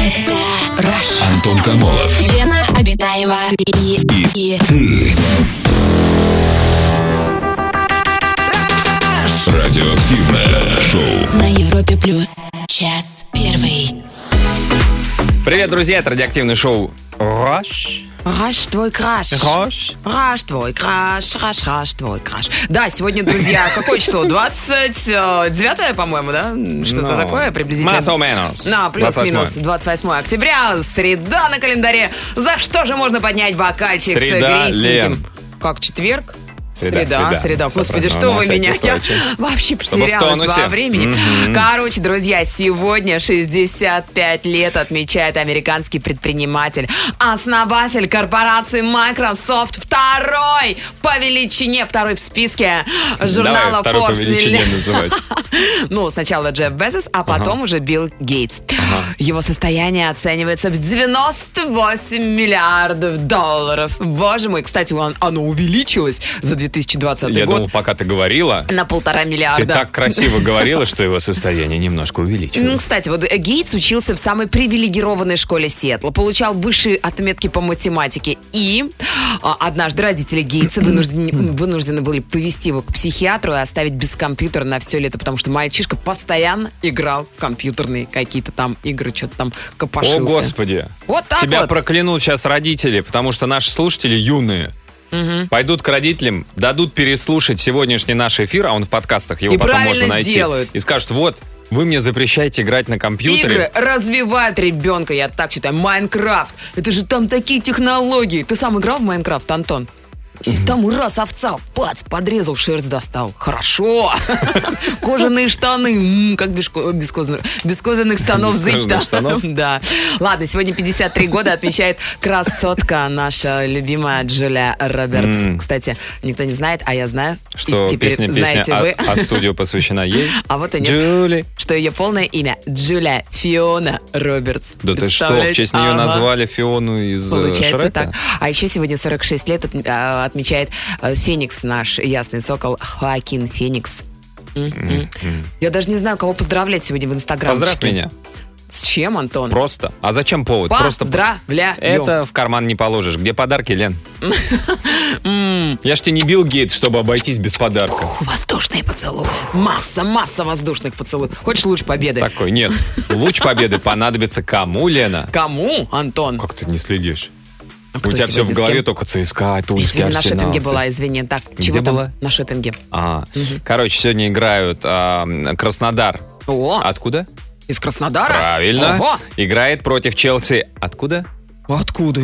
Это Rush. Антон Камолов. Лена Обитаева и ты. Радиоактивное шоу на Европе Плюс. Час первый. Привет, друзья, это радиоактивное шоу Rush. Rush твой краш. Rush твой краш. Rush твой краш. Да, сегодня, друзья, какое число? 29-е, по-моему, да? Что-то такое приблизительно. Más o menos. Плюс-минус 28 октября, среда на календаре. За что же можно поднять бокальчик Среда, с грейстеньким? Лен. Как, четверг? Среда. Господи, что вы меня? Я вообще потерялась во времени. Короче, друзья, сегодня 65 лет отмечает американский предприниматель, основатель корпорации Microsoft, второй по величине, второй в списке журнала Давай второй Forbes. по величине называть. Ну, сначала Джефф Безос, а потом уже Билл Гейтс. Его состояние оценивается в 98 миллиардов долларов. Боже мой, кстати, оно увеличилось за 2020 Я год думал, пока ты говорила, на 1,5 миллиарда. ты так красиво говорила, что его состояние немножко увеличилось. Кстати, вот Гейтс учился в самой привилегированной школе Сиэтла, получал высшие отметки по математике. И однажды родители Гейтса вынуждены были повести его к психиатру и оставить без компьютера на все лето, потому что мальчишка постоянно играл в компьютерные какие-то там игры, что-то там копошился. О, Господи. Вот так Тебя вот. проклянут сейчас родители, потому что наши слушатели юные. Пойдут к родителям, дадут переслушать сегодняшний наш эфир, а он в подкастах, его И потом правильно можно найти. сделают. И скажут, вот, вы мне запрещаете играть на компьютере. Игры развивают ребенка, я так считаю. Майнкрафт. Это же там такие технологии. Ты сам играл в Майнкрафт, Антон? Там раз овца, пац, подрезал, шерсть достал. Хорошо. Кожаные штаны, как без кожаных штанов зыть-то. Да. Ладно, сегодня 53 года отмечает красотка наша любимая Джулия Робертс. Кстати, никто не знает, а я знаю. Что песня от студио посвящена ей. А вот и нет. Джули. Что ее полное имя Джулия Фиона Робертс. Да ты что, в честь нее назвали Фиону из Получается Шрека? так. А еще сегодня 46 лет отмечает Феникс наш, ясный сокол, Хоакин Феникс. Я даже не знаю, кого поздравлять сегодня в Инстаграме. Поздравь меня. С чем, Антон? Просто. А зачем повод? Поздравляю. Это в карман не положишь. Где подарки, Лен? Я ж тебе не Билл Гейтс, чтобы обойтись без подарков. Воздушные поцелуи. Масса воздушных поцелуев. Хочешь луч победы? Такой, нет. Луч победы понадобится кому, Лена? Кому, Антон? Как ты не следишь? Кто У тебя все в голове только ЦСКА, Тульский, Арсенал. Я сегодня на шопинге Арсенал. была, извини. Так, Где чего там? была? На шопинге. Короче, сегодня играют Краснодар. О, Откуда? из Краснодара? Правильно. Ого. Играет против Челси. Откуда? Откуда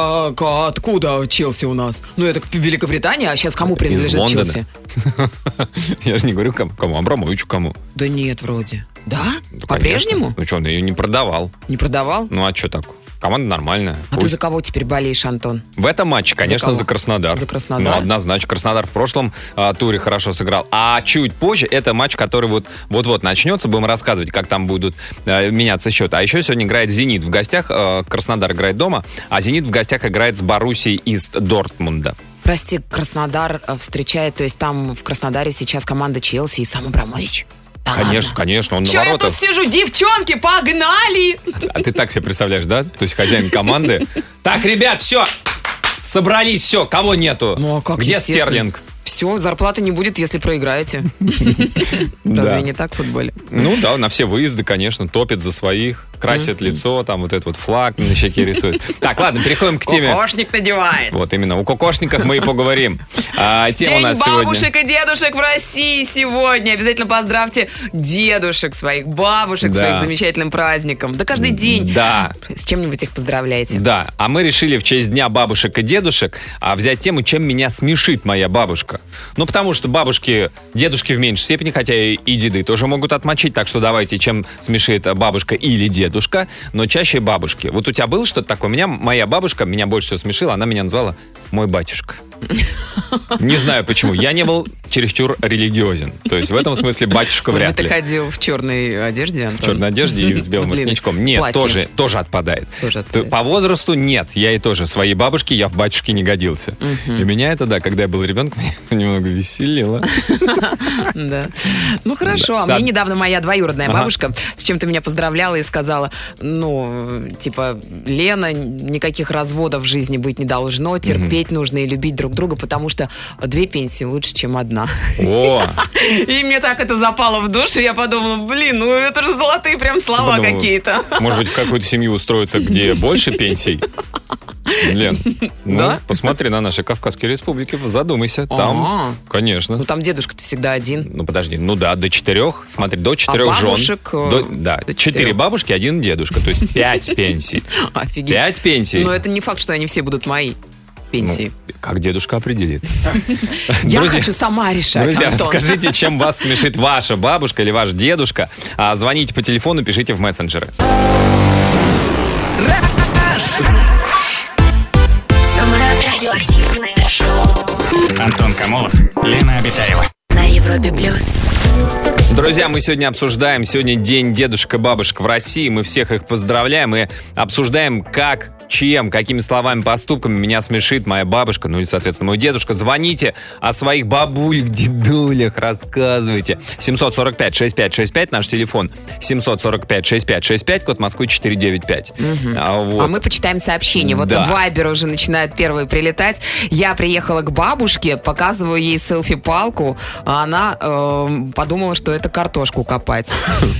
Челси у нас? Ну, это Великобритания, а сейчас кому принадлежит Из Лондона. Челси? Я же не говорю кому, Абрамовичу кому. Да нет, вроде. Да? Да, По-прежнему? конечно. Ну что, он ее не продавал. Не продавал? Ну а что так? Команда нормальная. А ты за кого теперь болеешь, Антон? В этом матче, конечно, кого? за Краснодар. За Краснодар? Ну, однозначно. Краснодар в прошлом туре хорошо сыграл. А чуть позже это матч, который вот-вот начнется. Будем рассказывать, как там будут меняться счет. А еще сегодня играет «Зенит» в гостях. Краснодар играет дома, а «Зенит» в гостях играет с «Боруссией» из Дортмунда. Прости, Краснодар встречает, то есть там в Краснодаре сейчас команда Челси и сам Абрамович. Да Конечно, он на Че я тут воротах. сижу, девчонки, погнали! А ты так себе представляешь, да? То есть хозяин команды. Так, ребят, все, собрались, все, кого нету? Ну, а как, Где естественно. Стерлинг? Все, зарплаты не будет, если проиграете. Да. Разве не так в футболе? Ну да, на все выезды, конечно, топят за своих, красят лицо, там вот этот вот флаг на щеке рисуют. Так, ладно, переходим к теме. Кокошник надевает. Вот именно, о кокошниках мы и поговорим. Тема День у нас бабушек сегодня. и дедушек в России сегодня. Обязательно поздравьте дедушек своих, бабушек Да. своих замечательным праздником. Да каждый день. Да. С чем-нибудь их поздравляете. Да, а мы решили в честь Дня бабушек и дедушек взять тему, чем меня смешит моя бабушка. Ну, потому что бабушки, дедушки в меньшей степени, хотя и деды тоже могут отмочить, так что давайте, чем смешит бабушка или дедушка, но чаще бабушки. Вот у тебя было что-то такое? Моя бабушка меня больше всего смешила, она меня назвала «мой батюшка». Не знаю почему. Я не был чересчур религиозен. То есть в этом смысле батюшка вряд Ты ли. ходил в черной одежде, Антон? В черной одежде и с белым воротничком. Нет, тоже отпадает. По возрасту нет. Я и тоже своей бабушке, я в батюшке не годился. И меня это, да, когда я был ребенком, немного веселило. Да. Ну хорошо, а мне недавно моя двоюродная бабушка с чем-то меня поздравляла и сказала, типа, Лена, никаких разводов в жизни быть не должно, терпеть нужно и любить друг друга, потому что 2 пенсии лучше, чем 1. О! И мне так это запало в душу, я подумала, это же золотые прям слова какие-то. Может быть, в какую-то семью устроиться, где больше пенсий? Лен, да? Посмотри на наши Кавказские республики, задумайся. Там, конечно. Там дедушка-то всегда один. Подожди, до 4, смотри, до 4 бабушек, жен. Да, 4 бабушки, 1 дедушка, то есть 5 пенсий. Офигеть. 5 пенсий. Но это не факт, что они все будут мои пенсии. Как дедушка определит. Я хочу сама решать, Друзья, Антон. расскажите, чем вас смешит ваша бабушка или ваш дедушка. Звоните по телефону, пишите в мессенджеры. Антон Камолов, Лена Обитаева. На Европе Плюс. Друзья, мы сегодня обсуждаем, сегодня день дедушек-бабушек в России. Мы всех их поздравляем и обсуждаем, какими словами, поступками меня смешит моя бабушка, или, соответственно, мой дедушка. Звоните о своих бабулях, дедулях, рассказывайте. 745-6565, наш телефон. 745-6565, код Москвы 495. А мы почитаем сообщения. Вот Вайбер уже начинает первые прилетать. Я приехала к бабушке, показываю ей селфи-палку, а она подумала, что это картошку копать.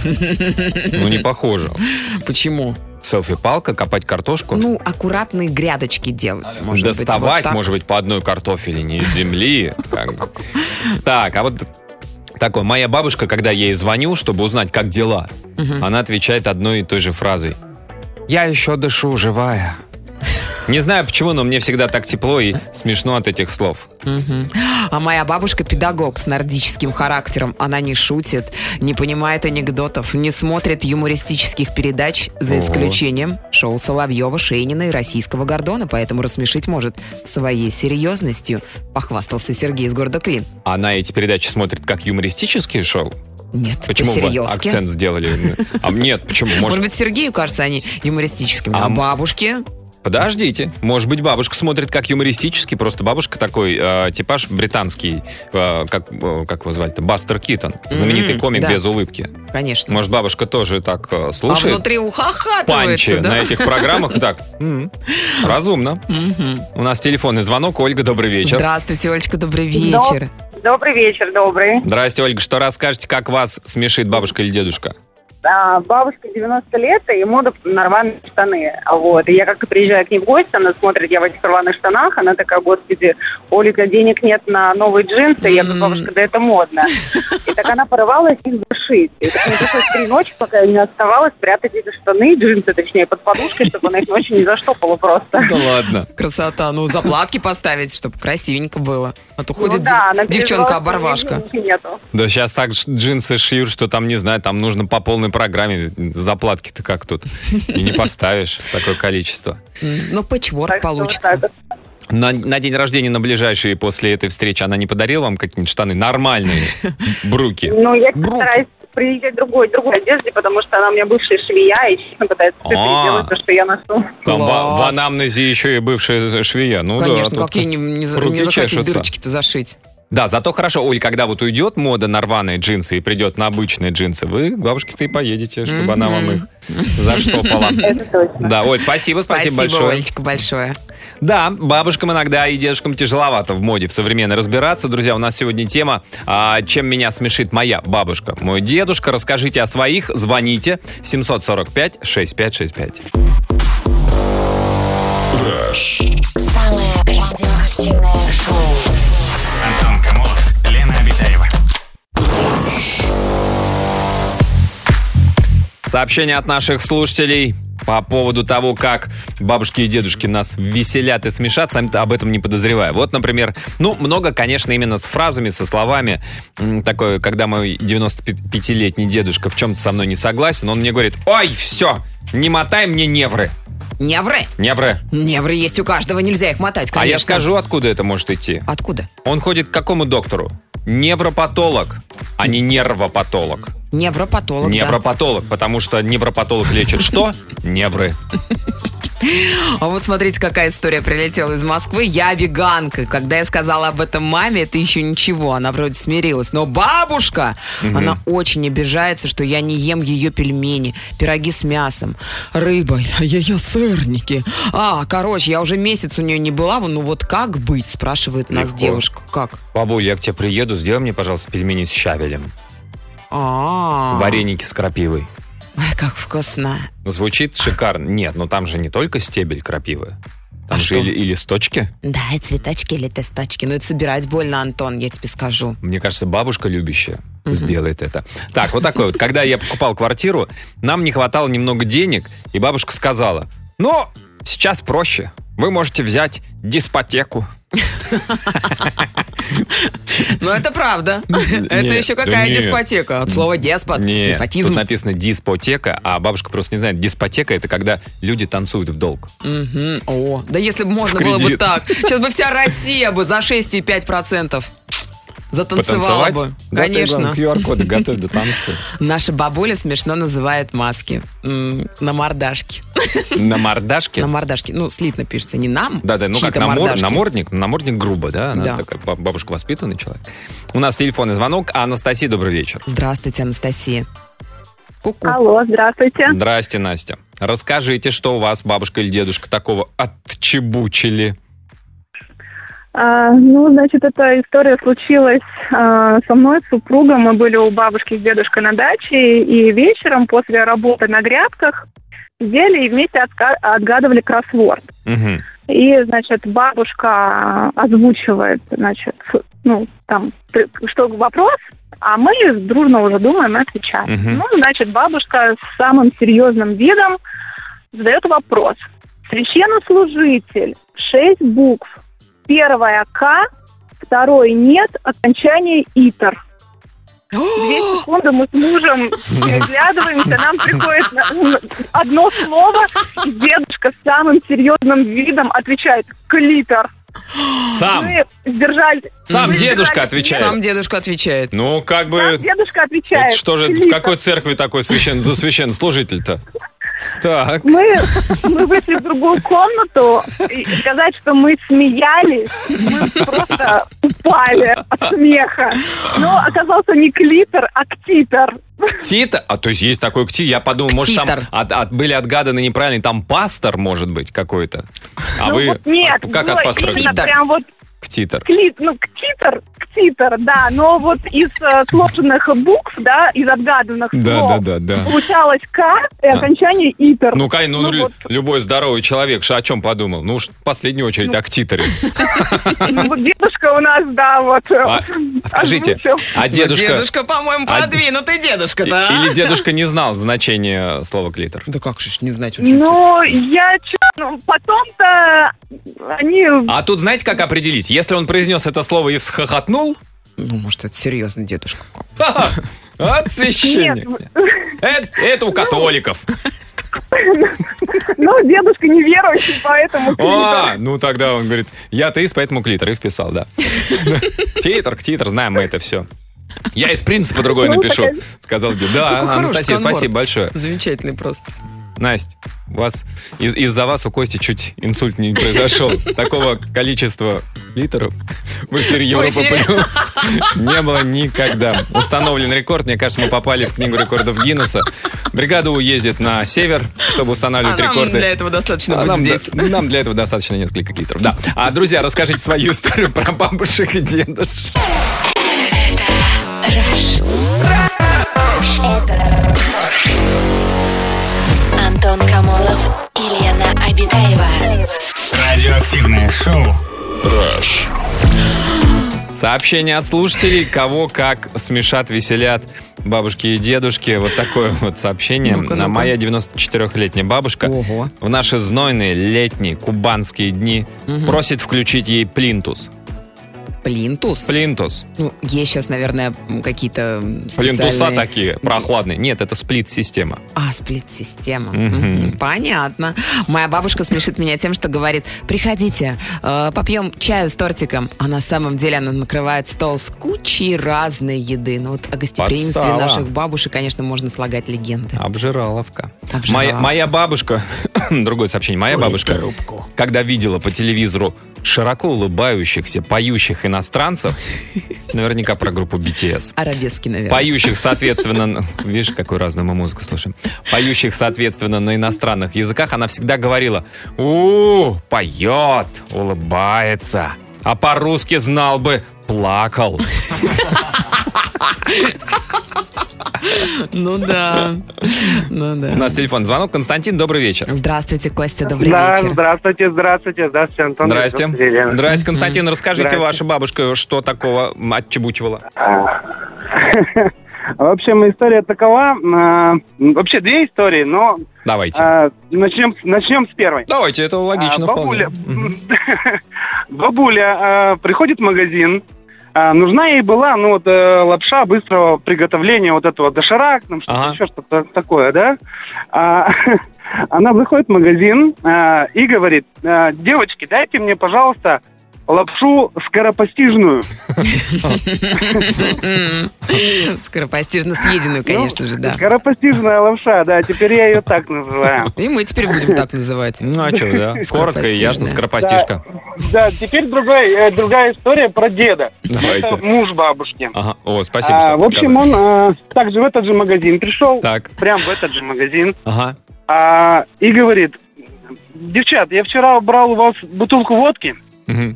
Не похоже. Почему? Селфи-палка, копать картошку? Аккуратные грядочки делать, может быть. Доставать, может быть, по одной картофелине из земли. Так, а вот такое. Моя бабушка, когда я ей звоню, чтобы узнать, как дела, она отвечает одной и той же фразой. Я еще дышу, живая. Не знаю почему, но мне всегда так тепло и смешно от этих слов. А моя бабушка педагог с нордическим характером. Она не шутит, не понимает анекдотов, не смотрит юмористических передач, за исключением шоу Соловьева, Шейнина и Российского Гордона, поэтому рассмешить может своей серьезностью, похвастался Сергей из города Клин. Она эти передачи смотрит как юмористические шоу? Нет, почему вы акцент сделали? Нет, почему? Может быть, Сергею кажется они юмористическими, а бабушке... Подождите, может быть, бабушка смотрит как юмористический, просто бабушка такой типаж британский, как его звали-то, Бастер Китон, знаменитый комик без улыбки. Конечно. Может, бабушка тоже так слушает? А внутри ухахатывается, панчи на этих программах, так, разумно. У нас телефонный звонок. Ольга, добрый вечер. Здравствуйте, Олечка, добрый вечер. Добрый вечер, добрый. Здрасте, Ольга, что расскажете, как вас смешит бабушка или дедушка? Бабушка 90 лет, и мода на рваные штаны. И я как-то приезжаю к ней в гости, она смотрит, я в этих рваных штанах, она такая, господи, Оля, у тебя денег нет на новые джинсы. Я говорю, бабушка, да это модно. И так она порывалась их зашить. И так мне пришлось 3 ночи, пока я не оставалась, прятать эти штаны, джинсы, точнее, под подушкой, чтобы она их ночью не заштопала просто. Да ладно. Красота. Заплатки поставить, чтобы красивенько было. А то ходит девчонка-оборвашка. Да сейчас так джинсы шьют, что там, не знаю, там нужно по полной программе. Заплатки-то как тут? И не поставишь такое количество. пэтчворк получится. На день рождения, на ближайший после этой встречи она не подарила вам какие-нибудь штаны нормальные, бруки? Я стараюсь приезжать в другой одежде, потому что она у меня бывшая швея и честно пытается переделать то, что я ношу. Там в анамнезе еще и бывшая швея. Конечно, какие не захотеть дырочки-то зашить. Да, зато хорошо, Оль, когда уйдет мода на рваные джинсы и придет на обычные джинсы, вы к бабушке-то и поедете, чтобы она вам их заштопала. Это точно. Да, Оль, спасибо большое. Спасибо, Олечка, большое. Да, бабушкам иногда и дедушкам тяжеловато в моде в современной разбираться. Друзья, у нас сегодня тема «Чем меня смешит моя бабушка, мой дедушка». Расскажите о своих, звоните 745-6565. Самое радиоактивное шоу. Антон Камолов, Лена Обитаева. Сообщение от наших слушателей по поводу того, как бабушки и дедушки нас веселят и смешат, сами-то об этом не подозревая. Вот, например, много, конечно, именно с фразами, со словами. Такое, когда мой 95-летний дедушка в чем-то со мной не согласен, он мне говорит: «Ой, все, не мотай мне невры». Невры. Невры. Невры есть у каждого, нельзя их мотать, конечно. А я скажу, откуда это может идти. Откуда? Он ходит к какому доктору? Невропатолог, а не нервопатолог. Невропатолог, Невропатолог, потому что невропатолог лечит что? Невры. А вот смотрите, какая история прилетела из Москвы. Я веганка. Когда я сказала об этом маме, это еще ничего. Она вроде смирилась. Но бабушка, она очень обижается, что я не ем ее пельмени, пироги с мясом, рыбой. А я ем сырники. Короче, я уже месяц у нее не была. Ну вот как быть, спрашивает нас Легко. девушка. Как? Бабуль, я к тебе приеду, сделай мне, пожалуйста, пельмени с щавелем. Вареники с крапивой. Ой, как вкусно. Звучит шикарно. Нет, но там же не только стебель крапивы. Там же что? и листочки. Да, и цветочки, и лепесточки. Но это собирать больно, Антон, я тебе скажу. Мне кажется, бабушка любящая сделает это. Так, вот такой вот. Когда я покупал квартиру, нам не хватало немного денег, и бабушка сказала: ну, сейчас проще. Вы можете взять диспотеку. Ну, это правда. Это Нет, еще да какая нет. диспотека? От слова деспот. Нет, Деспотизм. тут написано диспотека, а бабушка просто не знает. Диспотека — это когда люди танцуют в долг. О, да если бы можно В было бы кредит. так. Сейчас бы вся Россия бы за 6,5% затанцевала Потанцевать? бы. Да, ты, Конечно. главное, QR-коды готовь до танца. Наша бабуля смешно называет маски. На мордашке. На мордашке? На мордашке. Ну, слитно пишется. Не нам, Да, ну как чьи-то мордашки. намордник грубо, да? Она Да. такая бабушка воспитанный человек. У нас телефонный звонок. Анастасия, добрый вечер. Здравствуйте, Анастасия. Ку-ку. Алло, здравствуйте. Здрасте, Настя. Расскажите, что у вас бабушка или дедушка такого отчебучили? Значит, эта история случилась со мной, с супругом. Мы были у бабушки с дедушкой на даче, и вечером после работы на грядках сидели и вместе отгадывали кроссворд. Мгм. И, значит, бабушка озвучивает, значит, что вопрос, а мы дружно уже думаем и отвечаем. Мгм. Значит, бабушка с самым серьезным видом задает вопрос. Священнослужитель, 6 букв. Первая К, второй нет, окончание ИТР. 2 секунды мы с мужем переглядываемся, нам приходит одно слово, и дедушка с самым серьезным видом отвечает «клитор». Сам Мы сдержали... Сам мы дедушка сдержали отвечает. Сам дедушка отвечает. Ну, как смех. бы... Сам дедушка отвечает. Это что же, в «клитор». какой церкви такой за священнослужитель-то? Так. Мы вышли в другую комнату, и сказать, что мы смеялись, мы просто упали от смеха. Но оказался не клитор, а ктитор. Ктитор? То есть есть такой ктитор. Я подумал, может, там Ктитор. были отгаданы неправильно, там пастор, может быть, какой-то. А Ну вы... вот нет, Как было от пастора? именно Ктитор. прям вот Ктитор. ктитор, да, но вот из сложенных букв, да, из отгаданных слов Да. получалось К и окончание ИТР. Ну, конечно, вот, любой здоровый человек о чем подумал? Ну уж в последнюю очередь о ктиторе. вот дедушка у нас, да, вот. Скажите, озвучил. а дедушка... Дедушка, по-моему, продвинутый дедушка, да? Или дедушка не знал значение слова клитор? Да как же ж не знать, он же Ну, потом-то они... А тут знаете, как определить? Если он произнес это слово и всхохотнул, Ну, может, это серьезный дедушка. ха-ха, от священник. Нет, Это у католиков. ну, дедушка неверующий, поэтому клитор. Ну тогда он говорит, я атеист, поэтому клитор, и вписал, да. Ктитор, знаем мы это все. Я из принципа другой Ну, напишу, такая- сказал дед. Да, Какой хороший Анастасия, сканворд. спасибо большое. Замечательный просто. Настя, из-за вас у Кости чуть инсульт не произошел. Такого количества литров в эфире Европа эфире. Плюс не было никогда. Установлен рекорд. Мне кажется, мы попали в книгу рекордов Гиннесса. Бригада У ездит на север, чтобы устанавливать Нам рекорды. для этого достаточно А быть нам, здесь. нам для этого достаточно несколько литров. Да. А, друзья, расскажите свою историю про бабушек и дедушек. Антон Камолов и Лена Обитаева. Радиоактивное шоу. Сообщение от слушателей, кого как смешат, веселят бабушки и дедушки. Вот такое вот сообщение. Ну-ка, ну-ка. Моя 94-летняя бабушка Ого. в наши знойные летние кубанские дни просит включить ей плинтус. Плинтус? Плинтус. Ну, есть сейчас, наверное, какие-то Плинтуса специальные... такие, прохладные. Нет, это сплит-система. А, сплит-система. Понятно. Моя бабушка смешит меня тем, что говорит: приходите, попьем чаю с тортиком. А на самом деле она накрывает стол с кучей разной еды. Ну вот о гостеприимстве Подстава. наших бабушек, конечно, можно слагать легенды. Обжираловка. Обжираловка. Моя бабушка, другое сообщение, моя бабушка, когда видела по телевизору широко улыбающихся, поющих иностранцев, наверняка про группу BTS, Арабески, наверное. поющих, соответственно, видишь, какую разную мы музыку слушаем, поющих, соответственно, на иностранных языках, она всегда говорила: поет, улыбается, а по-русски знал бы, плакал. Ну да. У нас телефон, звонок. Константин, добрый вечер. Здравствуйте, Костя, добрый Да, вечер. здравствуйте, Антон. Здрасте. Елена. Здрасте, Константин. Расскажите, Здрасте. ваша бабушка, что такого отчебучивала? В общем, история такова. Вообще две истории, но Давайте. начнем с первой. Давайте, это логично вполне. Бабуля приходит в магазин. Нужна ей была, лапша быстрого приготовления, вот этого доширак, там что-то еще, что-то такое, да? Она заходит в магазин и говорит: девочки, дайте мне, пожалуйста, лапшу скоропостижную. Скоропостижно съеденную, конечно же, да. Скоропостижная лапша, да, теперь я ее так называю. И мы теперь будем так называть. Ну, а что, да? Коротко и ясно, скоропостижка. Да, теперь другая история про деда. Давайте. Это муж бабушки. Ага. О, спасибо, что В общем, подсказали. он также в этот же магазин пришел, Так. прям в этот же магазин, Ага. и говорит: девчат, я вчера брал у вас бутылку водки, Мгм.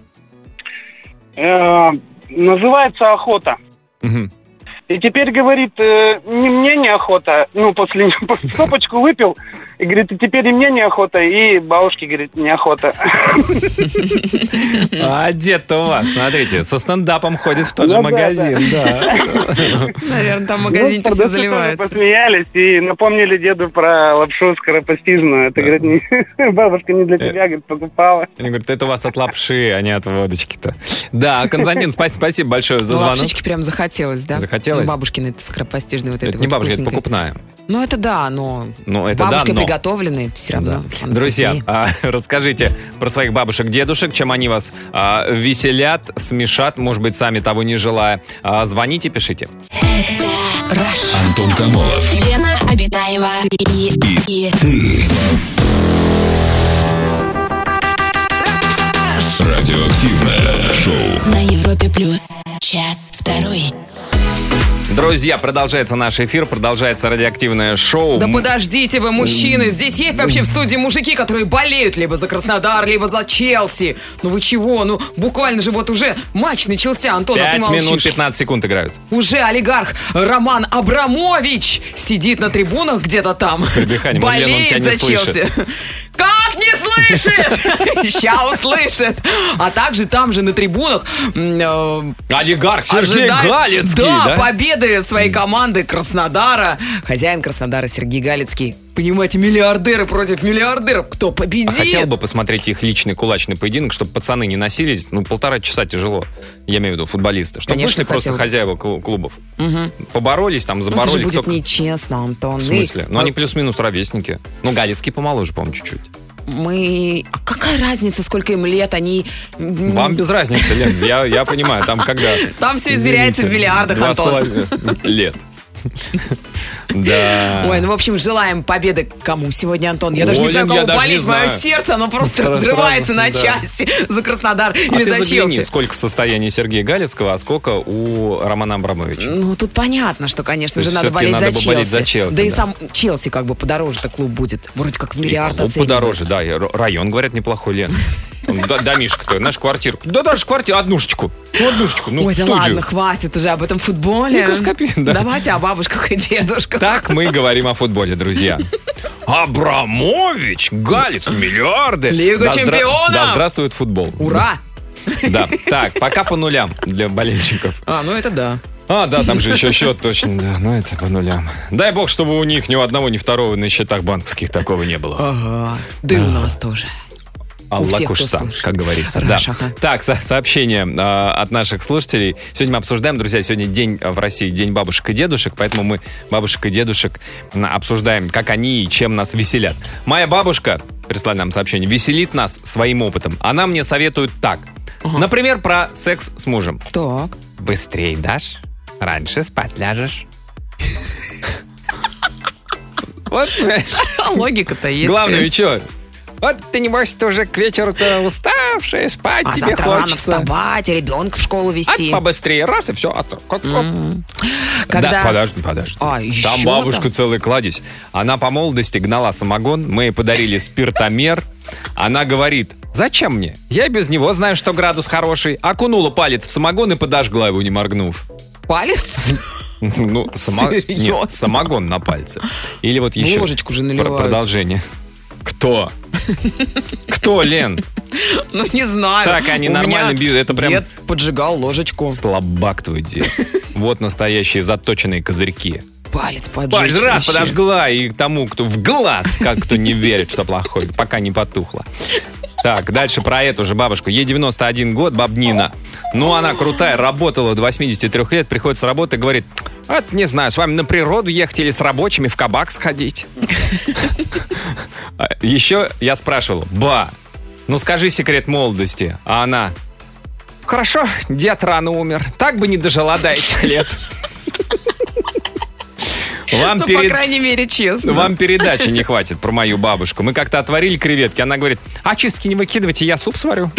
называется «Охота». Мгм. И теперь, говорит, мне неохота. После стопочку выпил. И говорит, и теперь и мне неохота. И бабушке, говорит, неохота. А дед-то у вас, смотрите, со стендапом ходит в тот же Ну да, магазин. Да. Наверное, там в магазине все Продавцы тоже заливается. посмеялись и напомнили деду про лапшу скоропостижную. Это, говорит, бабушка не для тебя, говорит, покупала. Они говорят, это у вас от лапши, а не от водочки-то. Да, Константин, спасибо большое за звонок. Лапшички прям захотелось, да? Захотелось? Бабушкины это скоропостижные вот Это не бабушка, это покупная. Ну, это да, но Ну, это бабушкой да, но. приготовленные все равно. она Друзья, вкуснее. расскажите про своих бабушек-дедушек, чем они вас веселят, смешат, может быть, сами того не желая. Звоните, пишите. Антон Камолов. Лена Обитаева и Радиоактивное шоу. на Европе плюс. Час второй. Друзья, продолжается наш эфир, продолжается радиоактивное шоу. Да подождите вы, мужчины, здесь есть вообще в студии мужики, которые болеют либо за Краснодар, либо за Челси. Ну вы чего? Ну буквально же вот уже матч начался, Антон, а ты 5 молчишь. минут 15 секунд играют. Уже олигарх Роман Абрамович сидит на трибунах где-то там. придыханием. Он, Лена, он тебя Болеет не за слышит. Челси. Как не слышит? Ща услышит. А также там же на трибунах Олигарх Сергей ожидает, Галицкий, да, да? победы своей команды Краснодара. Хозяин Краснодара Сергей Галицкий. Понимаете, миллиардеры против миллиардеров. Кто победит? А хотел бы посмотреть их личный кулачный поединок, чтобы пацаны не носились. 1,5 часа тяжело. Я имею в виду футболисты. Чтобы Конечно, вышли просто хотел бы. хозяева клубов. Поборолись, там, Ну, это заборолись. же будет Кто- нечестно, Антон. В смысле? Ну, они плюс-минус ровесники. Ну, Галицкий помоложе, по-моему, чуть-чуть. Мы... А какая разница, сколько им лет? Они... Вам без разницы, Лен. Я понимаю, там когда... Там все измеряется в миллиардах, 2,5 лет. Да. Ой, ну, в общем, желаем победы кому сегодня, Антон? Я даже не Ой, знаю, Лен, я кого даже не болеть. Мое знаю. сердце, оно просто Сразу, разрывается на да. части за Краснодар А или ты за загляни, Челси. сколько состояний Сергея Галицкого, а сколько у Романа Абрамовича. Ну, тут понятно, что, конечно То же, есть надо всё-таки болеть надо за бы болеть Челси. за Челси, Да и да. сам Челси как бы подороже-то клуб будет. Вроде как в миллиард Ну, оценивают. подороже, да. И район, говорят, неплохой, Лен. Домишко-то, знаешь, квартирку. Да даже квартиру, однушечку. Ну, Ой, в да студию. ладно, хватит уже об этом футболе. Микроскопия, да. Давайте о бабушках и дедушках. Так мы говорим о футболе, друзья. Абрамович, Галицкий, миллиарды. Лига чемпионов! Да здравствует футбол. Ура! Да, так, пока по нулям для болельщиков. А, ну это да. А, да, там же еще счет точно, да, ну это по нулям. Дай бог, чтобы у них ни у одного, ни второго на счетах банковских такого не было. Ага. Да и у нас тоже. Аллах уж сам, как говорится. Хорошо. Да. Так, сообщение от наших слушателей. Сегодня мы обсуждаем, друзья, сегодня день в России, день бабушек и дедушек, поэтому мы бабушек и дедушек обсуждаем, как они и чем нас веселят. Моя бабушка, прислала нам сообщение, веселит нас своим опытом. Она мне советует так. Например, про секс с мужем. Так. Быстрей дашь, раньше спать ляжешь. Вот, понимаешь. Логика-то есть. Главное, ведь что? Вот ты, небось, ты уже к вечеру-то уставшая, спать тебе завтра рано хочется. вставать, ребенка в школу вести. Побыстрее, раз, и все. Когда... Да, подожди. еще Там бабушка целый кладезь. Она по молодости гнала самогон, мы ей подарили спиртомер. Она говорит, зачем мне? Я без него знаю, что градус хороший. Окунула палец в самогон и подожгла его, не моргнув. Палец? Ну, Серьезно? Нет, самогон на пальце. Или вот еще Ложечку же наливают. Продолжение. Кто? Кто, Лен? Ну, не знаю. Так они У нормально меня бьют. Это прям дед поджигал ложечку. слабак твой дед. Вот настоящие заточенные козырьки. Палец поджечь. Палец раз вообще. подожгла, и тому, кто в глаз, как кто не верит, что плохой, пока не потухло. Так, дальше про эту же бабушку. Ей 91 год, бабнина. Ну, она крутая, работала до 83 лет, приходит с работы и говорит, вот, не знаю, с вами на природу ехать или с рабочими в кабак сходить. Еще я спрашивал, ну скажи секрет молодости. А она, хорошо, дед рано умер, так бы не дожила до этих лет. Ну, по крайней мере, честно. Вам передачи не хватит про мою бабушку. Мы как-то отварили креветки, она говорит, очистки не выкидывайте, я суп сварю.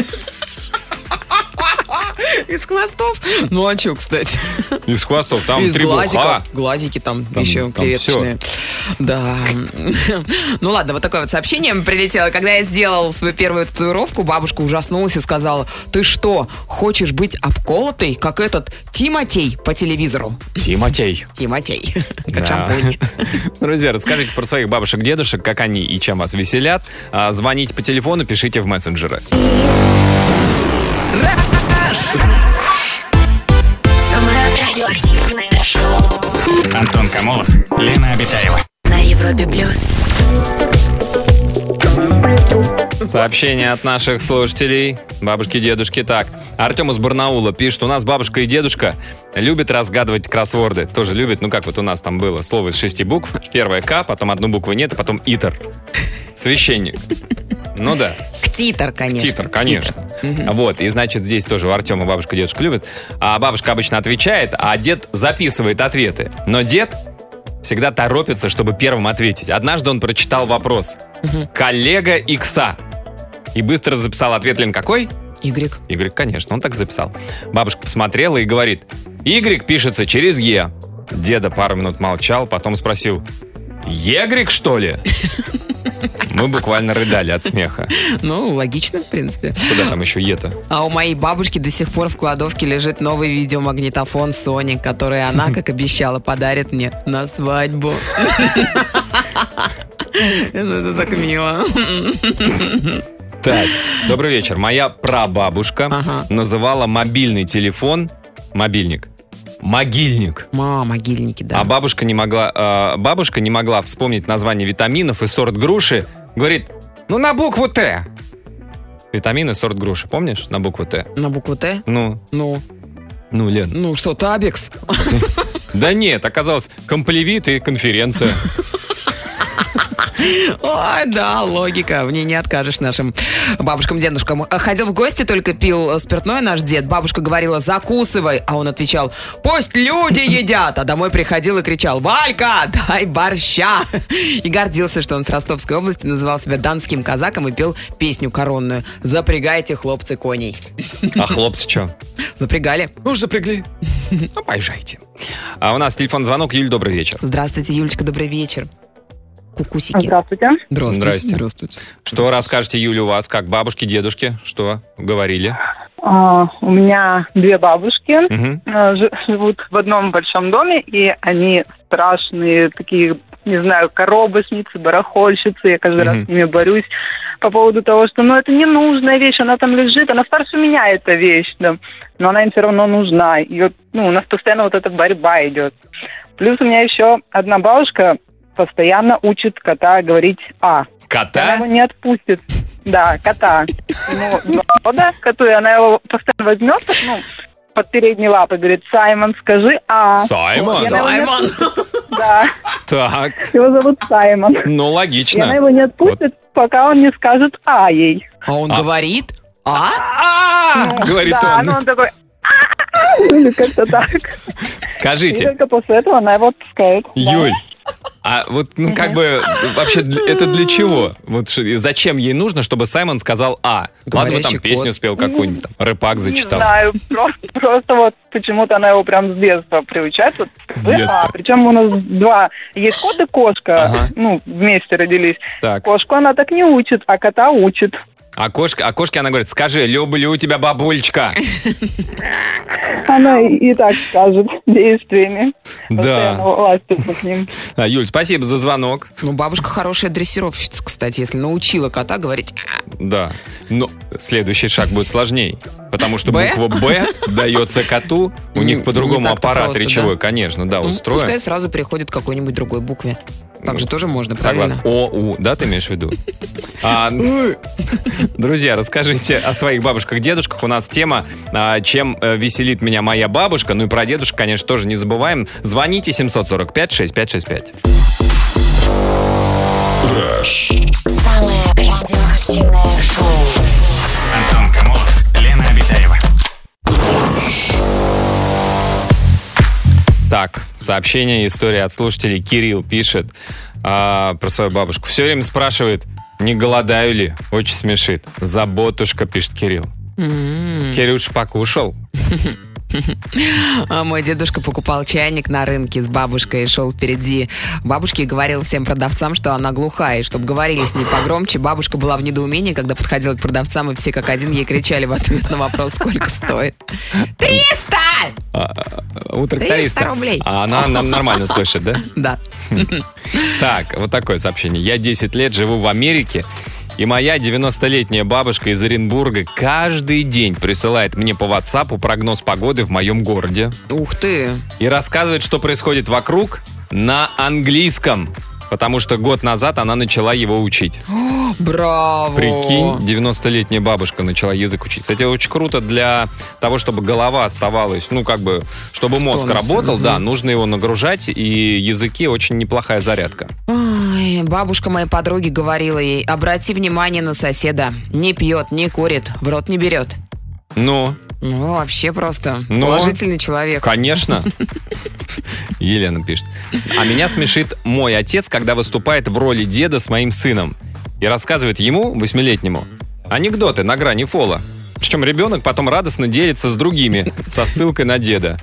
Из хвостов? Ну, а что, кстати? Из хвостов, там Из требуха. глазиков. Глазики там еще креветочные. Да. Ну ладно, вот такое вот сообщение прилетело. Когда я сделал свою первую татуировку, бабушка ужаснулась и сказала, ты что, хочешь быть обколотой, как этот Тимотей по телевизору? Тимотей. Как шампунь. Друзья, расскажите про своих бабушек, дедушек, как они и чем вас веселят. Звоните по телефону, пишите в мессенджеры. Самое радиоактивное шоу Антон Камолов, Лена Обитаева. на Европе плюс. Сообщение от наших слушателей, бабушки, дедушки. Так, Артем из Барнаула пишет, у нас бабушка и дедушка любят разгадывать кроссворды. Тоже любят, ну как вот у нас там было, слово из 6 букв. Первое К, потом одну букву нет, а потом итер. Священник. Ну да. Ктитор, конечно. Ктитор, конечно. Вот, и значит, здесь тоже у Артема бабушка и дедушка любят. А бабушка обычно отвечает, а дед записывает ответы. Но дед всегда торопится, чтобы первым ответить. Однажды он прочитал вопрос. Коллега Икса. И быстро записал ответ. Лен, какой? Y. Y, конечно, он так записал. Бабушка посмотрела и говорит, Y пишется через Е. Деда пару минут молчал, потом спросил, Егрик, что ли? Мы буквально рыдали от смеха. Ну, логично, в принципе. Куда там еще Е-то? А у моей бабушки до сих пор в кладовке лежит новый видеомагнитофон Sony, который она, как обещала, подарит мне на свадьбу. Это так мило. Так, добрый вечер. Моя прабабушка называла мобильный телефон могильник. Могильники, да. А бабушка не могла вспомнить название витаминов и сорт груши. Говорит, ну на букву Т. Витамины, сорт груши, помнишь? На букву Т. На букву Т? Ну, Лен. Ну что, Табекс? Да нет, оказалось, комплевит и конференция. Ой, да, логика. В ней не откажешь нашим бабушкам, дедушкам. Ходил в гости, только пил спиртное наш дед. Бабушка говорила, закусывай. А он отвечал, пусть люди едят. А домой приходил и кричал, Валька, дай борща. И гордился, что он с Ростовской области, называл себя донским казаком и пел песню коронную. Запрягайте, хлопцы, коней. А хлопцы что? Запрягали. Уж запрягли. Ну, поезжайте. А у нас телефон звонок. Юль, добрый вечер. Здравствуйте, Юлечка, добрый вечер. Кукусики. Здравствуйте. Здравствуйте. Что расскажете, Юля, у вас? Как бабушки, дедушки? Что говорили? У меня две бабушки живут в одном большом доме, и они страшные, такие, не знаю, коробочницы, барахольщицы. Я каждый раз с ними борюсь по поводу того, что, это ненужная вещь, она там лежит, она старше меня, эта вещь, да, но она им все равно нужна. И у нас постоянно вот эта борьба идет. Плюс у меня еще одна бабушка постоянно учит кота говорить «а». Кота? Она его не отпустит. Да, кота. Ему 2 года коту, и она его постоянно возьмет, под передние лапы, говорит: Саймон, скажи «а». Саймон? Саймон. Да, Так, его зовут Саймон. ну И она логично. его не отпустит, пока он не скажет «а» ей. А он говорит? А? Говорит Да, он. ну он такой или как-то так. И Скажите, только после этого она его отпускает. Да. Юль, а вот, как бы, вообще, это для чего? Вот зачем ей нужно, чтобы Саймон сказал «а»? Ладно, бы там Говорящий песню кот. спел какую-нибудь, там, рэпак Не зачитал. знаю, просто вот почему-то она его прям с детства приучает. Вот, С детства. Причем у нас 2. Есть кот и кошка, Ага. вместе родились. Так. Кошку она так не учит, а кота учит. А кошке она говорит: скажи, люблю тебя, бабулечка. Она и так скажет действиями. Да. Постоянно ластится к ним. Юль, спасибо за звонок. Ну, бабушка хорошая дрессировщица, кстати, если научила кота говорить Да. Но следующий шаг будет сложнее. Потому что «Б»? буква «Б» дается коту. У них Не по-другому так-то аппарат просто, речевой, да. конечно, да, Пускай устроен. сразу переходит к какой-нибудь другой букве. Так же тоже можно, правильно? Согласен. О-У, да, ты имеешь в виду? Друзья, расскажите о своих бабушках, дедушках. У нас тема «Чем веселит меня моя бабушка». Ну и про дедушек, конечно, тоже не забываем. Звоните 745-6565. Самое радиоактивное шоу. Антон Камолов, Лена Обитаева. Так, сообщение, история от слушателей. Кирилл пишет про свою бабушку. Все время спрашивает, не голодаю ли. Очень смешит. Заботушка, пишет Кирилл. Кирюш покушал? А мой дедушка покупал чайник на рынке с бабушкой и шел впереди бабушки и говорил всем продавцам, что она глухая, и чтобы говорили с ней погромче. Бабушка была в недоумении, когда подходила к продавцам, и все как один ей кричали в ответ на вопрос, сколько стоит. 300! У тракториста. 300 рублей. А она нормально слышит, да? Да. Так, вот такое сообщение. Я 10 лет живу в Америке, и моя 90-летняя бабушка из Оренбурга каждый день присылает мне по WhatsApp прогноз погоды в моем городе Ух ты. и рассказывает, что происходит вокруг на английском, потому что год назад она начала его учить. Браво. Прикинь, 90-летняя бабушка начала язык учить. Кстати, очень круто для того, чтобы голова оставалась, чтобы мозг тонусе, работал, угу. да, нужно его нагружать, и языки очень неплохая зарядка. Ой, бабушка моей подруги говорила ей, обрати внимание на соседа. Не пьет, не курит, в рот не берет. Ну, Вообще просто Ну, положительный человек. конечно. Елена пишет. А меня смешит мой отец, когда выступает в роли деда с моим сыном и рассказывает ему, 8-летнему, анекдоты на грани фола. Причем ребенок потом радостно делится с другими со ссылкой на деда.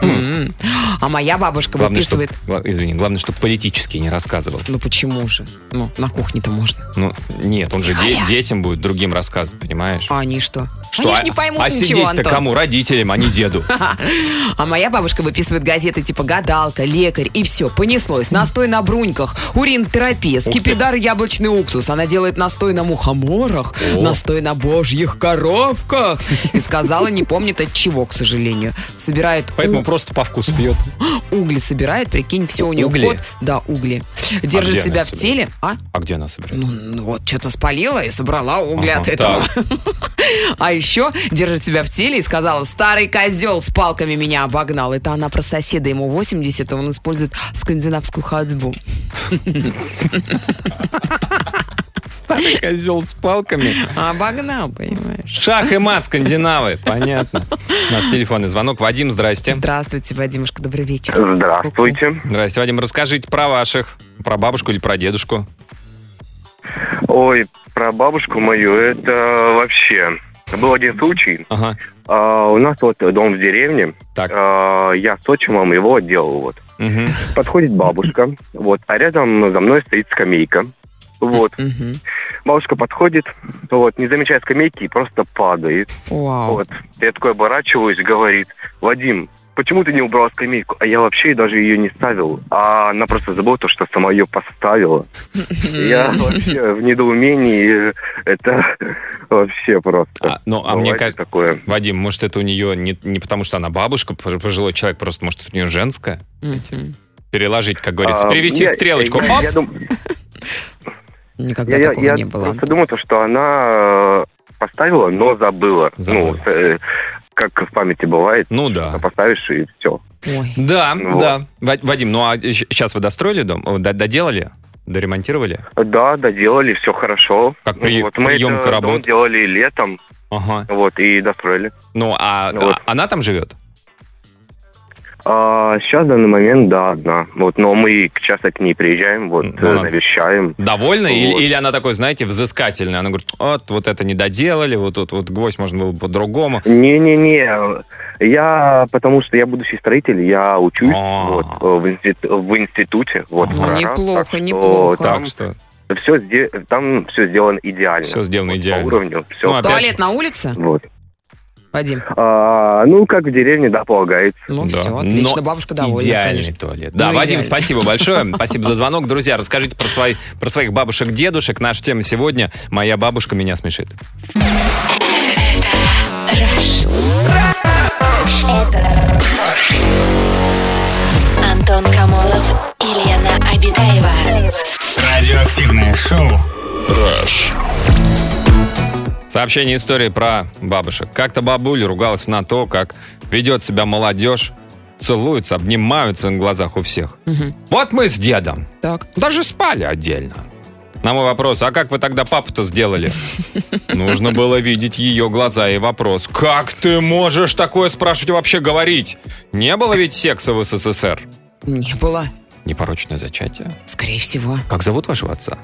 А моя бабушка Главное, выписывает... главное, чтобы политически не рассказывал. Ну почему же? На кухне-то можно. Ну, нет, он же Тихо. детям будет другим рассказывать, понимаешь? А они что? Они ж не поймут а ничего, сидеть-то Антон. кому? Родителям, а не деду. А моя бабушка выписывает газеты типа «Гадалка», «Лекарь» и все, понеслось. Настой на бруньках, уринотерапия, скипидар, яблочный уксус. Она делает настой на мухоморах, настой на божьих коровках. И сказала, не помнит от чего, к сожалению. Собирает Поэтому просто по вкусу пьет. угли, собирает, прикинь, все у нее Угли? вход. Да, угли. Держит где себя она в собирает? теле. А? А где она собирает? Ну вот, что-то спалила и собрала угли Ага, от этого. А еще держит себя в теле и сказала, старый козел с палками меня обогнал. Это она про соседа, ему 80, а он использует скандинавскую ходьбу. Старый козел с палками. Обогнал, понимаешь. Шах и мат, скандинавы. Понятно. У нас телефонный звонок. Вадим, здрасте. Здравствуйте, Вадимушка, добрый вечер. Здравствуйте. Здрасте, Вадим. Расскажите про ваших. Про бабушку или про дедушку? Ой, про бабушку мою, это вообще... Был один случай. Ага. У нас вот дом в деревне. Так. Я с отчимом его отделал. Вот. Угу. Подходит бабушка, вот, а рядом за мной стоит скамейка. Вот. Мгм. Бабушка подходит, вот, не замечая скамейки, и просто падает. Вау. Вот. Я такой оборачиваюсь, говорит, Вадим, почему ты не убрал скамейку? А я вообще даже ее не ставил. А она просто забыла то, что сама ее поставила. Я вообще в недоумении. Это вообще просто. Мне Бывает кажется, такое. Вадим, может, это у нее не потому, что она бабушка, пожилой человек, просто, может, это у нее женское? Мгм. Переложить, как говорится, перевести стрелочку. Оп! Никогда такого не было. Я просто думаю, что она поставила, но забыла. Ну, как в памяти бывает. Ну да. Поставишь и все. Ой. Да, да. Вадим, ну а сейчас вы достроили дом? Доделали? Доремонтировали? Да, доделали, все хорошо. Как Мы приемка этот работ? дом делали летом. Ага. Вот, и достроили. Ну, она там живет? Сейчас, в данный момент, да, одна. Вот, но мы часто к ней приезжаем, навещаем. Довольна? Вот. Или она такой, знаете, взыскательная? Она говорит, вот это не доделали, вот тут вот гвоздь можно было по-другому. Не-не-не. Потому что я будущий строитель, я учусь в институте. Вот, неплохо, неплохо. Так что там все сделано идеально. Все сделано идеально. По уровню. Все. Туалет на улице? Вот. Вадим? Как в деревне, да, полагается. Ну, все, отлично, бабушка довольна, идеальный конечно. туалет. Да, Вадим, спасибо большое. Спасибо за звонок. Друзья, расскажите про своих бабушек, дедушек. Наша тема сегодня «Моя бабушка меня смешит». Антон Камолов и Лена Обитаева. Радиоактивное шоу. Сообщение истории про бабушек. Как-то бабуля ругалась на то, как ведет себя молодежь. Целуются, обнимаются на глазах у всех. Угу. Вот мы с дедом. Так. Даже спали отдельно. На мой вопрос, а как вы тогда папу-то сделали? Нужно было видеть ее глаза и вопрос. Как ты можешь такое спрашивать и вообще говорить? Не было ведь секса в СССР? Не было. Непорочное зачатие? Скорее всего. Как зовут вашего отца?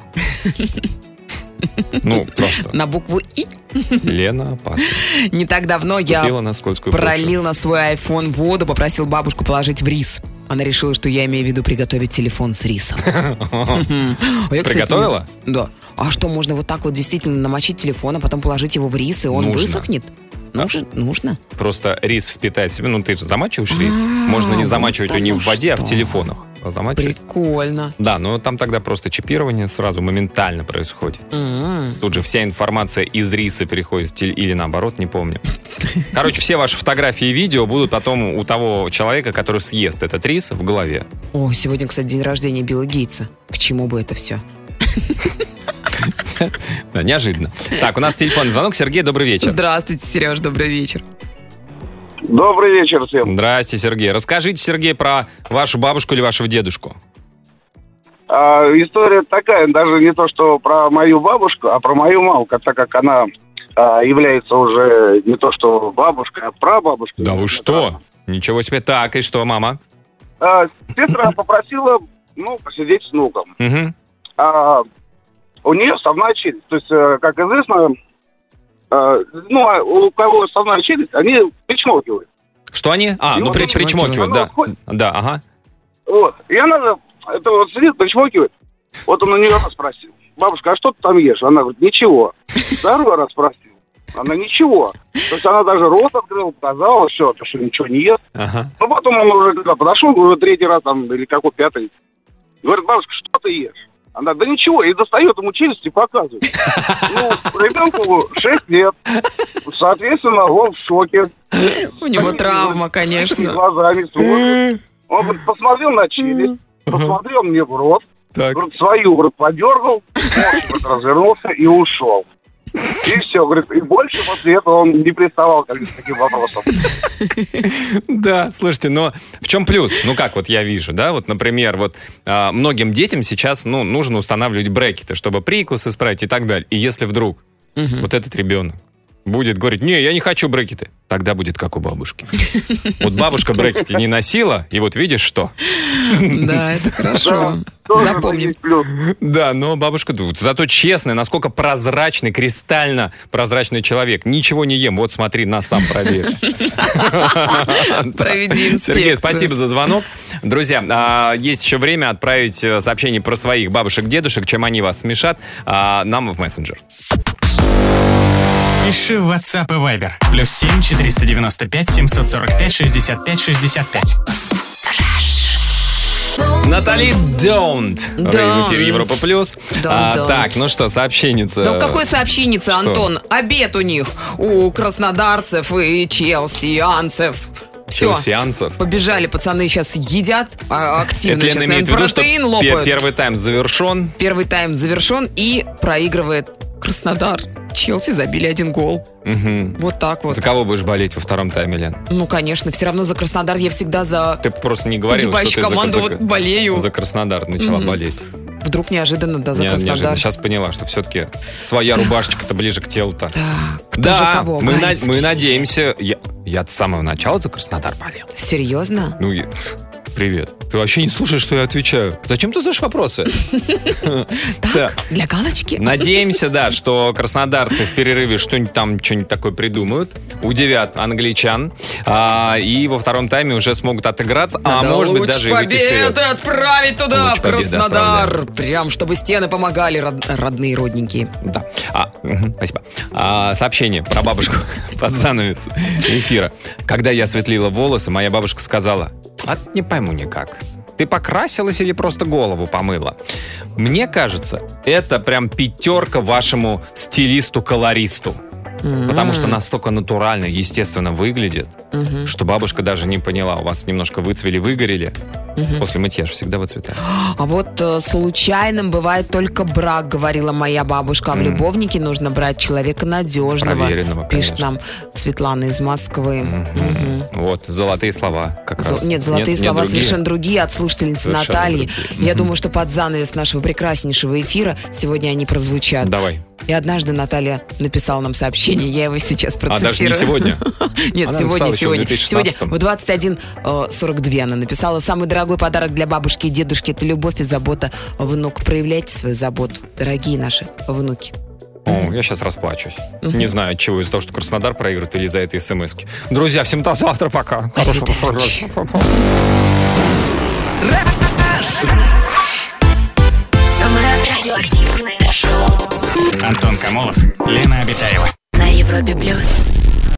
Ну, просто. На букву И. Лена опасна. Не так давно я пролил на свой iPhone воду, попросил бабушку положить в рис. Она решила, что я имею в виду приготовить телефон с рисом. Приготовила? Да. А что, можно вот так вот действительно намочить телефон, а потом положить его в рис, и он высохнет? Нужно. Просто рис впитать в себя. Ну, ты же замачиваешь рис. Можно не замачивать его не в воде, а в телефонах. Замачивать. Прикольно. Да, но там тогда просто чипирование сразу моментально происходит. Тут же вся информация из риса переходит или наоборот, не помню. Короче, все ваши фотографии и видео будут потом у того человека, который съест этот рис, в голове. О, сегодня, кстати, день рождения Билла Гейтса. К чему бы это все? Да, неожиданно. Так, у нас телефонный звонок. Сергей, добрый вечер. Здравствуйте, Сереж, добрый вечер. Добрый вечер всем. Здрасте, Сергей. Расскажите, Сергей, про вашу бабушку или вашего дедушку. История такая, даже не то, что про мою бабушку, а про мою маму, так как она является уже не то, что бабушкой, а прабабушкой. Да вы что? Ничего себе. Так, и что, мама? Сестра попросила, посидеть с внуком. У нее вставная челюсть. То есть, как известно, у кого вставная челюсть, они причмокивают. Что они? Причмокивают, да. Да, ага. Вот. И она сидит, причмокивает. Вот он у нее раз спросил: бабушка, а что ты там ешь? Она говорит: ничего. Второй раз спросил. Она: ничего. То есть она даже рот открыла, показала, что ничего не ест. Ага. Но потом он уже когда подошел, уже третий раз или какой пятый, говорит: бабушка, что ты ешь? Она: да ничего, и достает ему челюсть и показывает. Ребенку 6 лет. Соответственно, он в шоке. У него травма, конечно. Глазами смотрит. Он говорит: посмотрел на челюсть, посмотрел мне в рот, говорит, свою подергал, развернулся и ушел. И все, говорит, и больше после этого он не приставал к таким вопросам. Да, слушайте, но в чем плюс? Ну как вот я вижу, да, вот, например, вот многим детям сейчас, нужно устанавливать брекеты, чтобы прикус исправить и так далее. И если вдруг вот этот ребенок будет говорить: не, я не хочу брекеты, тогда будет как у бабушки. Вот бабушка брекеты не носила, и вот видишь что. Да, это хорошо. Запомним. Да, но бабушка, зато честная, насколько прозрачный, кристально прозрачный человек. Ничего не ем, вот смотри, на сам проверь. Проведи инспекцию. Сергей, спасибо за звонок. Друзья, есть еще время отправить сообщение про своих бабушек-дедушек, чем они вас смешат, нам в мессенджер. Пиши в WhatsApp и Viber. +7 495 745 65 65. Натали Don't. В эфире Европа Плюс. Так, ну что, сообщенница. Ну какой сообщенница, Антон? Обед у них, у краснодарцев и челсианцев. Хватило Всё. сеансов. Побежали, пацаны сейчас едят активно. Это Сейчас, Лена имеет в наверное, виду, что протеин лопают. первый тайм завершен. Первый тайм завершен и проигрывает Краснодар. Челси забили 1 гол. Мгм. Вот так вот. За кого будешь болеть во втором тайме, Лен? Ну, конечно, все равно за Краснодар я всегда за Ты просто не говорила, что погибающую ты команду вот болею. за Краснодар начала болеть. Вдруг неожиданно, да, за Неожиданно. Краснодар. Сейчас поняла, что все-таки своя рубашечка-то ближе к телу-то. Да, кто же кого? мы Галицкий. надеемся. Я с самого начала за Краснодар болел. Серьезно? Ну, привет. Ты вообще не слушаешь, что я отвечаю. Зачем ты задаешь вопросы? Так, для галочки. Надеемся, да, что краснодарцы в перерыве что-нибудь такое придумают, удивят англичан, и во втором тайме уже смогут отыграться, а Надо может быть луч даже и выйти победы вперед. отправить туда, Луч в победы Краснодар. Прям, чтобы стены помогали, родные, родненькие. Да. Спасибо. Сообщение про бабушку под занавес эфира. Когда я светлила волосы, моя бабушка сказала: не пойму никак. Ты покрасилась или просто голову помыла? Мне кажется, это прям 5 вашему стилисту-колористу. Потому что настолько натурально, естественно выглядит, что бабушка даже не поняла. У вас немножко выцвели, выгорели. После мытья же всегда выцветает. А вот случайным бывает только брак, говорила моя бабушка. А в любовнике нужно брать человека надежного. Проверенного, Пишет конечно. нам Светлана из Москвы. Вот, золотые слова как раз. Нет, золотые слова другие. совершенно другие от слушательницы Совершенно Натальи. другие. Я думаю, что под занавес нашего прекраснейшего эфира сегодня они прозвучат. Давай. И однажды Наталья написала нам сообщение, я его сейчас процитирую. даже не сегодня? Нет, Она сегодня. написала еще в Сегодня 2016-м. в 21:42 она написала: самый дорогой подарок для бабушки и дедушки — это любовь и забота внук. Проявляйте свою заботу, дорогие наши внуки. О, я сейчас расплачусь. Не знаю, от чего, из-за того, что Краснодар проигрывает, или из-за этой смс-ки. Друзья, всем до завтра, пока. Хорошего. Самое радиоактивное шоу Антон Камолов, Лена Обитаева. на Европе+.